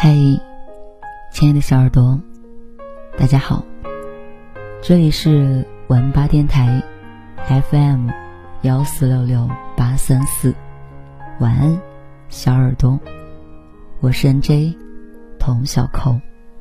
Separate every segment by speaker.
Speaker 1: 嗨，亲爱的小耳朵，大家好，这里是玩吧电台 FM 1466834，晚安小耳朵，我是 NJ 童小扣。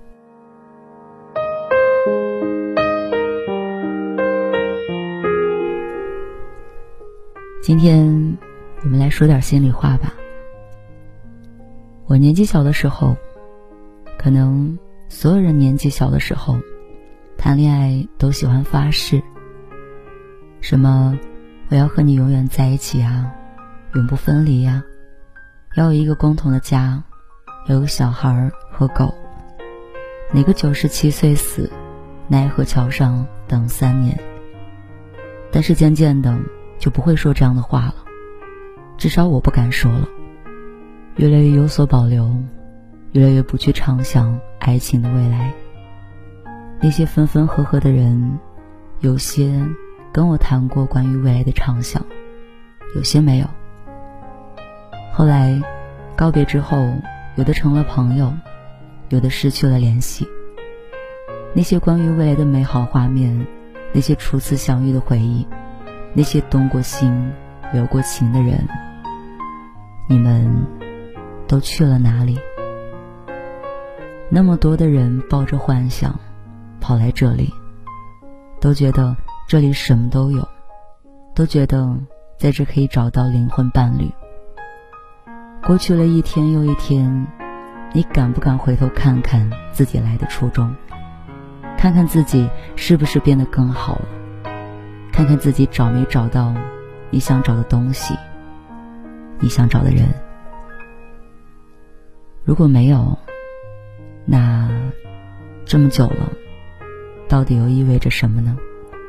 Speaker 1: 今天我们来说点心里话吧。我年纪小的时候，可能所有人年纪小的时候谈恋爱都喜欢发誓，什么我要和你永远在一起啊，永不分离啊，要有一个共同的家，要有小孩和狗，哪个97岁死，奈何桥上等3年。但是渐渐的就不会说这样的话了，至少我不敢说了，越来越有所保留，越来越不去畅想爱情的未来。那些分分合合的人，有些跟我谈过关于未来的畅想，有些没有。后来告别之后，有的成了朋友，有的失去了联系。那些关于未来的美好画面，那些初次相遇的回忆，那些动过心留过情的人，你们都去了哪里？那么多的人抱着幻想跑来这里，都觉得这里什么都有，都觉得在这可以找到灵魂伴侣。过去了一天又一天，你敢不敢回头看看自己来的初衷？看看自己是不是变得更好了？看看自己找没找到你想找的东西，你想找的人。如果没有，那这么久了，到底又意味着什么呢？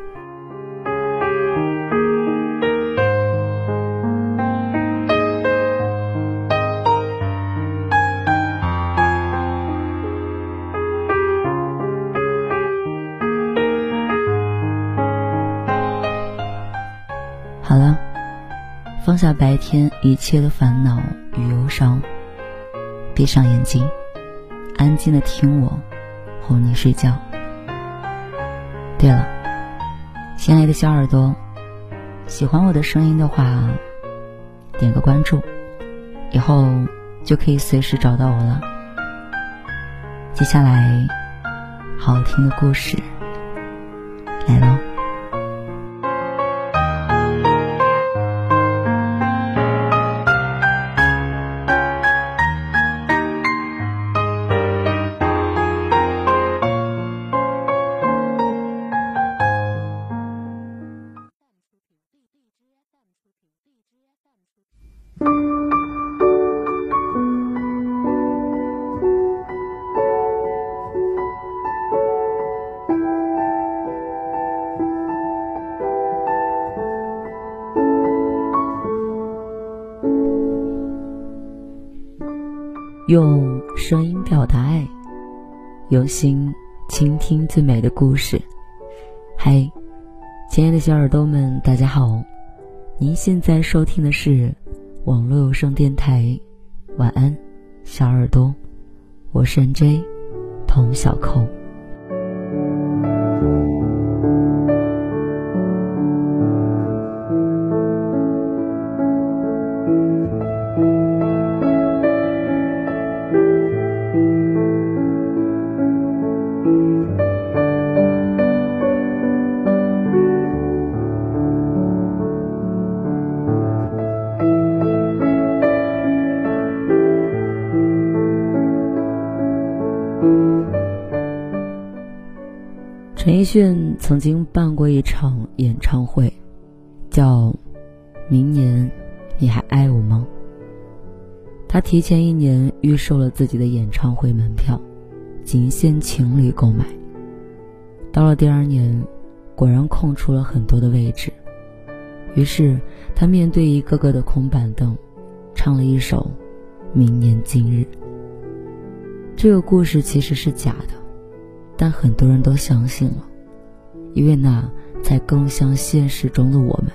Speaker 1: 好了，放下白天一切的烦恼与忧伤，闭上眼睛，安静地听我哄你睡觉。对了，亲爱的小耳朵，喜欢我的声音的话，点个关注，以后就可以随时找到我了。接下来好听的故事来咯。用声音表达爱，用心倾听最美的故事。嗨，亲爱的小耳朵们，大家好，您现在收听的是网络有声电台晚安小耳朵，我是 NJ 童小扣。陈奕迅曾经办过一场演唱会，叫明年你还爱我吗？他提前1年预售了自己的演唱会门票，仅限情侣购买。到了第2年，果然空出了很多的位置，于是他面对一个个的空板凳，唱了一首明年今日。这个故事其实是假的，但很多人都相信了，因为那才更像现实中的我们，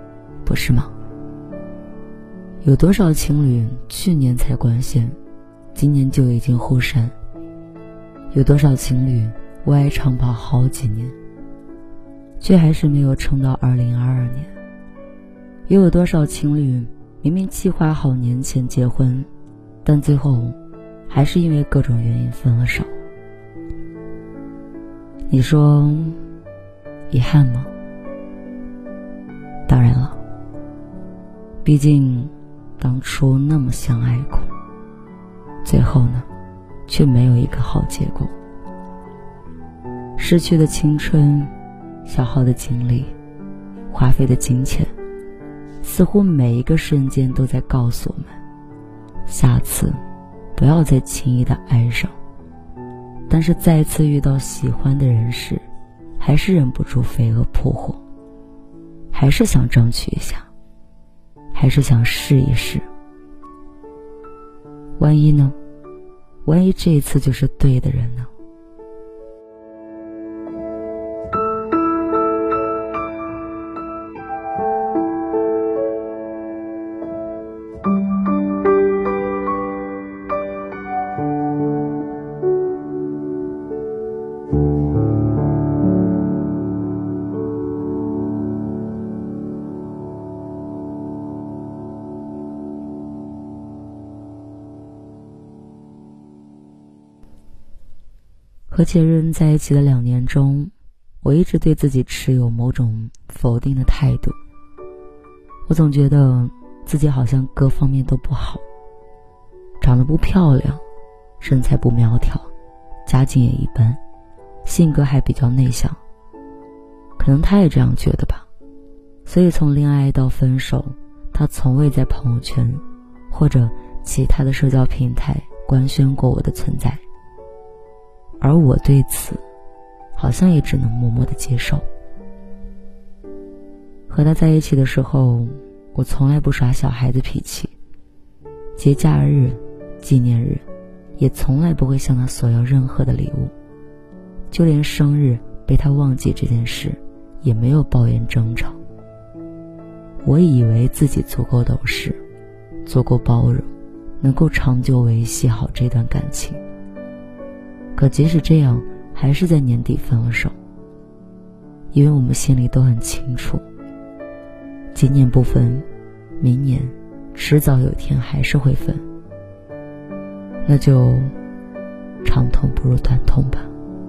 Speaker 1: 不是吗？有多少情侣去年才官宣， 今年就已经互删。有多少情侣为爱长跑好几年，却还是没有撑到2022年？又有多少情侣明明计划好年前结婚，但最后还是因为各种原因分了手？你说遗憾吗？当然了，毕竟当初那么相爱过，最后呢，却没有一个好结果。失去的青春，消耗的精力，花费的金钱，似乎每一个瞬间都在告诉我们，下次不要再轻易的爱上。但是再次遇到喜欢的人时，还是忍不住飞蛾扑火，还是想争取一下，还是想试一试。万一呢？万一这一次就是对的人呢？和前任在一起的2年中，我一直对自己持有某种否定的态度。我总觉得自己好像各方面都不好，长得不漂亮，身材不苗条，家境也一般，性格还比较内向。可能他也这样觉得吧，所以从恋爱到分手，他从未在朋友圈或者其他的社交平台官宣过我的存在。而我对此好像也只能默默地接受。和他在一起的时候，我从来不耍小孩子脾气，节假日、纪念日也从来不会向他索要任何的礼物，就连生日被他忘记这件事也没有抱怨争吵。我以为自己足够懂事，足够包容，能够长久维系好这段感情。可即使这样，还是在年底分了手。因为我们心里都很清楚，今年不分，明年迟早有一天还是会分，那就长痛不如短痛吧。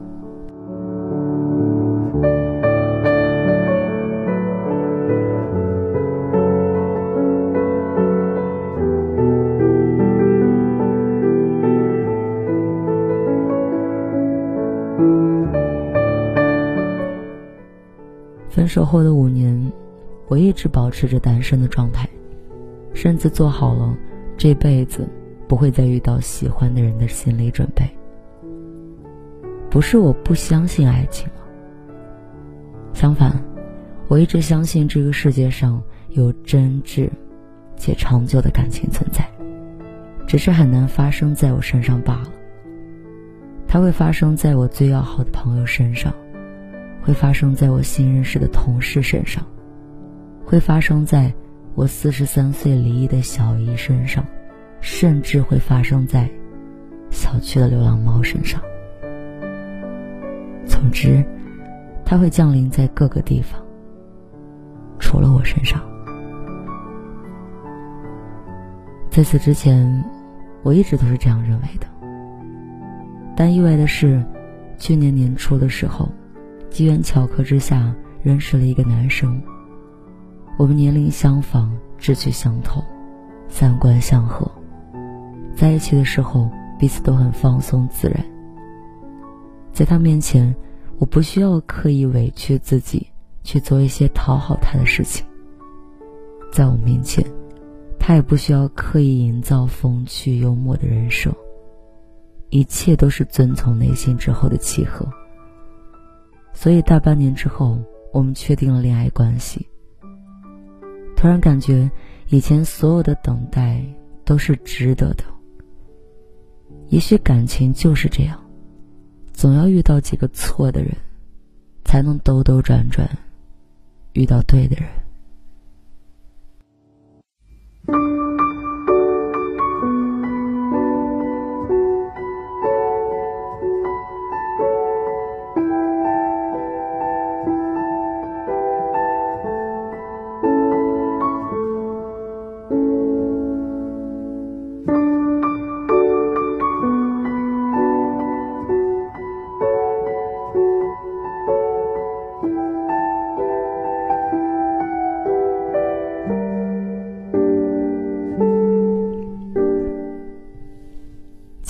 Speaker 1: 分手后的5年，我一直保持着单身的状态，甚至做好了这辈子不会再遇到喜欢的人的心理准备。不是我不相信爱情了，相反，我一直相信这个世界上有真挚且长久的感情存在，只是很难发生在我身上罢了。它会发生在我最要好的朋友身上，会发生在我新认识的同事身上，会发生在我43岁离异的小姨身上，甚至会发生在小区的流浪猫身上。总之，它会降临在各个地方，除了我身上。在此之前，我一直都是这样认为的。但意外的是，去年年初的时候，机缘巧合之下认识了一个男生。我们年龄相仿，志趣相投，三观相合，在一起的时候彼此都很放松自然。在他面前，我不需要刻意委屈自己去做一些讨好他的事情，在我面前，他也不需要刻意营造风趣幽默的人设，一切都是遵从内心之后的契合。所以大半年之后，我们确定了恋爱关系。突然感觉以前所有的等待都是值得的。也许感情就是这样，总要遇到几个错的人，才能兜兜转转遇到对的人。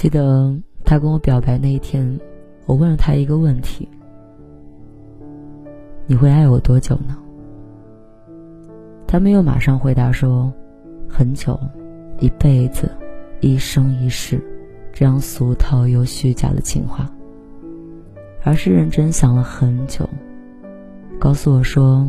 Speaker 1: 记得他跟我表白那一天，我问了他一个问题：你会爱我多久呢？他没有马上回答说很久，一辈子，一生一世，这样俗套又虚假的情话，而是认真想了很久，告诉我说，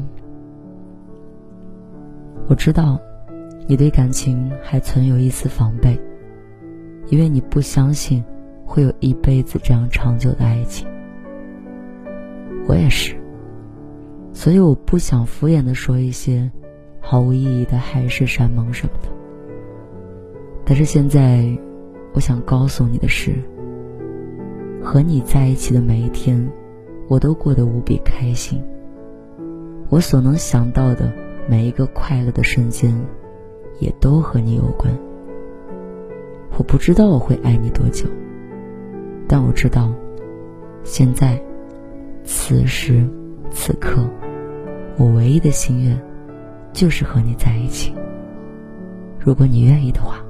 Speaker 1: 我知道你对感情还存有一丝防备，因为你不相信会有一辈子这样长久的爱情。我也是，所以我不想敷衍地说一些毫无意义的海誓山盟什么的。但是现在我想告诉你的是，和你在一起的每一天，我都过得无比开心。我所能想到的每一个快乐的瞬间，也都和你有关。我不知道我会爱你多久，但我知道，现在，此时此刻，我唯一的心愿就是和你在一起。如果你愿意的话。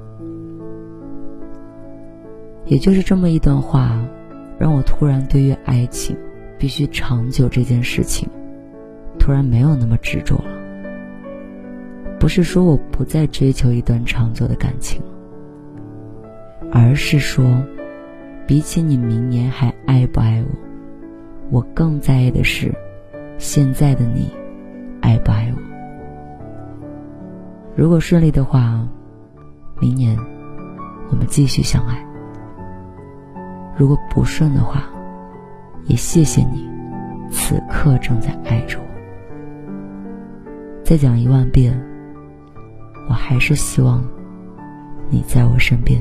Speaker 1: 也就是这么一段话，让我突然对于爱情必须长久这件事情突然没有那么执着了。不是说我不再追求一段长久的感情，而是说比起你明年还爱不爱我，我更在意的是现在的你爱不爱我。如果顺利的话，明年我们继续相爱。如果不顺的话，也谢谢你此刻正在爱着我。再讲10000遍，我还是希望你在我身边。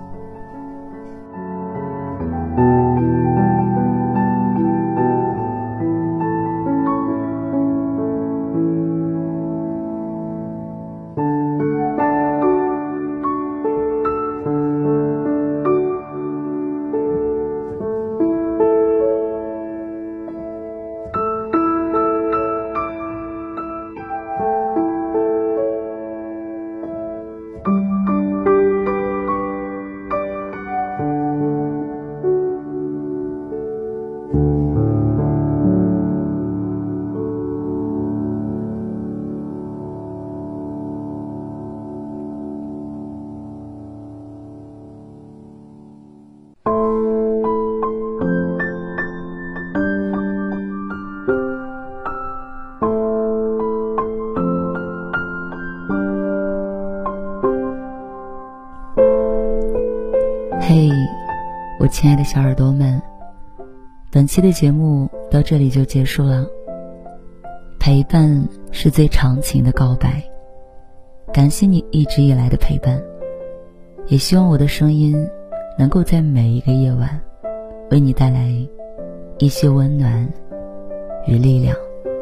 Speaker 1: 嘿，我亲爱的小耳朵们，本期的节目到这里就结束了。陪伴是最长情的告白，感谢你一直以来的陪伴，也希望我的声音能够在每一个夜晚为你带来一些温暖与力量。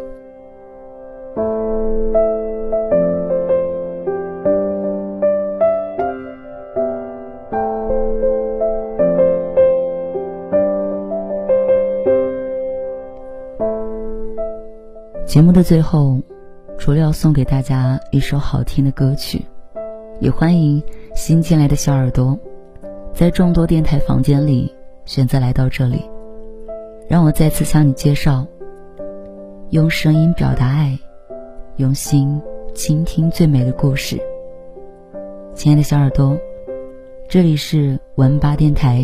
Speaker 1: 节目的最后，除了要送给大家一首好听的歌曲，也欢迎新进来的小耳朵在众多电台房间里选择来到这里，让我再次向你介绍，用声音表达爱，用心倾听最美的故事。亲爱的小耳朵，这里是文八电台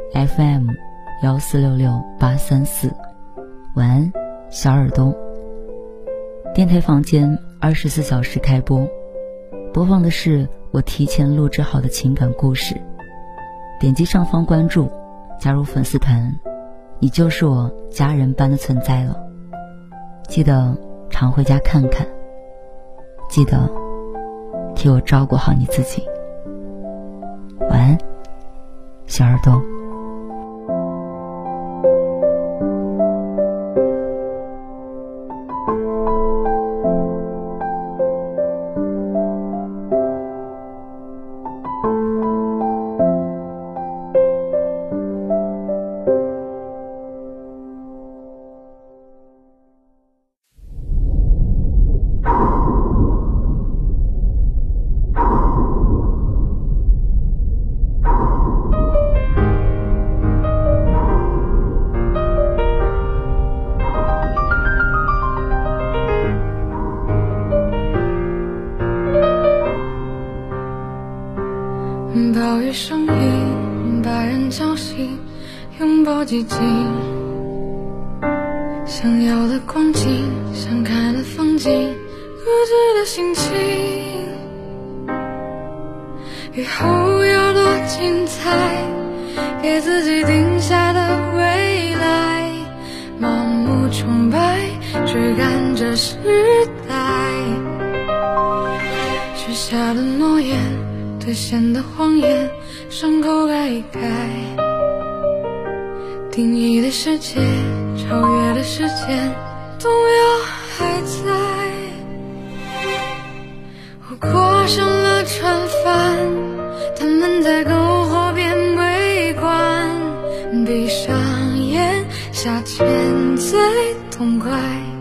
Speaker 1: FM1466834，晚安小耳朵。电台房间24小时开播，播放的是我提前录制好的情感故事。点击上方关注，加入粉丝团，你就是我家人般的存在了。记得常回家看看，记得替我照顾好你自己。晚安，小耳朵。
Speaker 2: 声音把人叫醒，拥抱寂静，想要的光景，想看的风景，固执的心情，以后要多精彩，给自己定下的未来，盲目崇拜，追赶着时代，许下的诺言，兑现的谎言，伤口改一改，定义的世界，超越的时间，动摇还在。我跨上了船帆，他们在篝火边围观，闭上眼，下潜最痛快。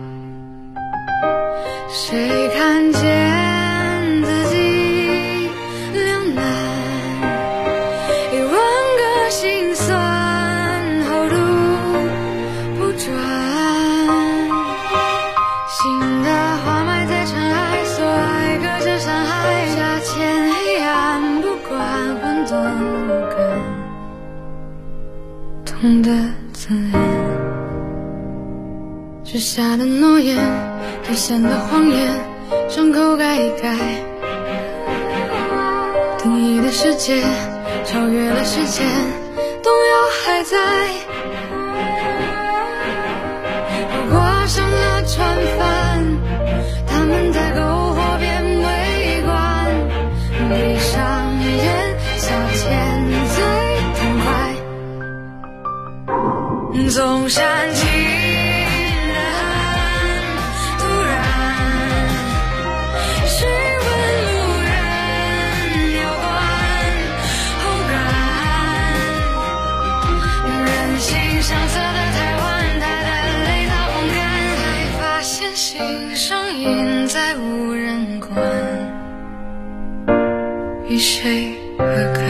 Speaker 2: 谁看见自己两难，一万个心酸，后路不转，新的花埋在尘埃，所爱隔着山海，下潜黑暗，不管混沌无感，痛的怎样？许下的诺言，兑现的谎言，伤口改一改，定义的世界，超越了时间，动摇还在。我跨上了船帆，他们在篝火边围观，闭上眼，下潜最痛快，总煽情相册的台湾，他的泪到风干，还发现心上印在无人管，与谁何干？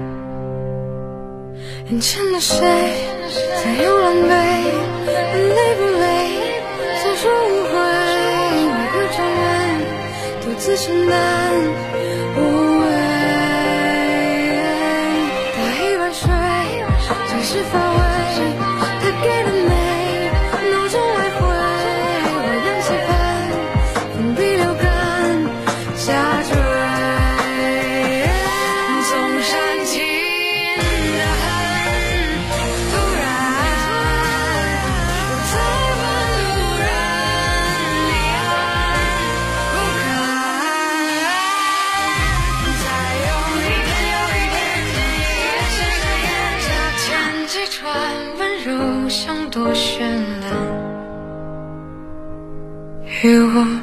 Speaker 2: 眼前的谁在游览杯，累不累？早说无悔，每个转弯独自承担无畏，大一碗水真是乏味，他给的美，脑中来回，我扬起帆，风笔流干，下坠，总煽情的恨，突然，我再问路人，遗憾不堪，再用一天又一天，夜是个夜，下潜几船，温柔像朵绚烂，与我